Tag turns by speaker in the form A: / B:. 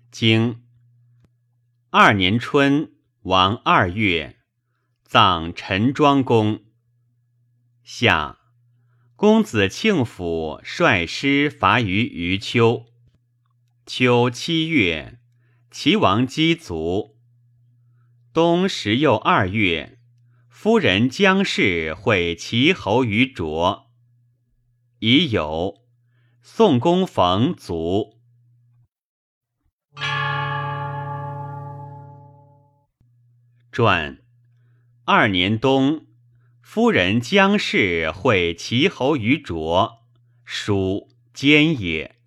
A: 经2年春，王2月，葬陈庄公。夏，公子庆府率师伐于余丘。秋7月，齐王姬卒。冬10又2月，夫人姜氏会齐侯于卓。乙酉，宋公冯卒。传2年冬，夫人姜氏会齐侯于卓，属奸也。